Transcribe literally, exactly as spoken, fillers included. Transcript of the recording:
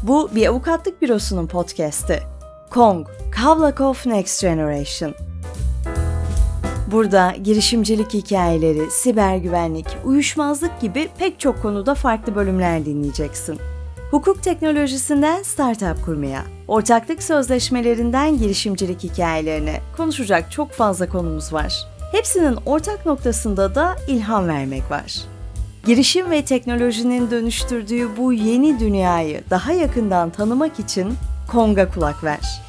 Bu bir avukatlık bürosunun podcast'i. Kong, Kavlakov Next Generation. Burada girişimcilik hikayeleri, siber güvenlik, uyuşmazlık gibi pek çok konuda farklı bölümler dinleyeceksin. Hukuk teknolojisinden startup kurmaya, ortaklık sözleşmelerinden girişimcilik hikayelerine konuşacak çok fazla konumuz var. Hepsinin ortak noktasında da ilham vermek var. Girişim ve teknolojinin dönüştürdüğü bu yeni dünyayı daha yakından tanımak için Kong'a kulak ver.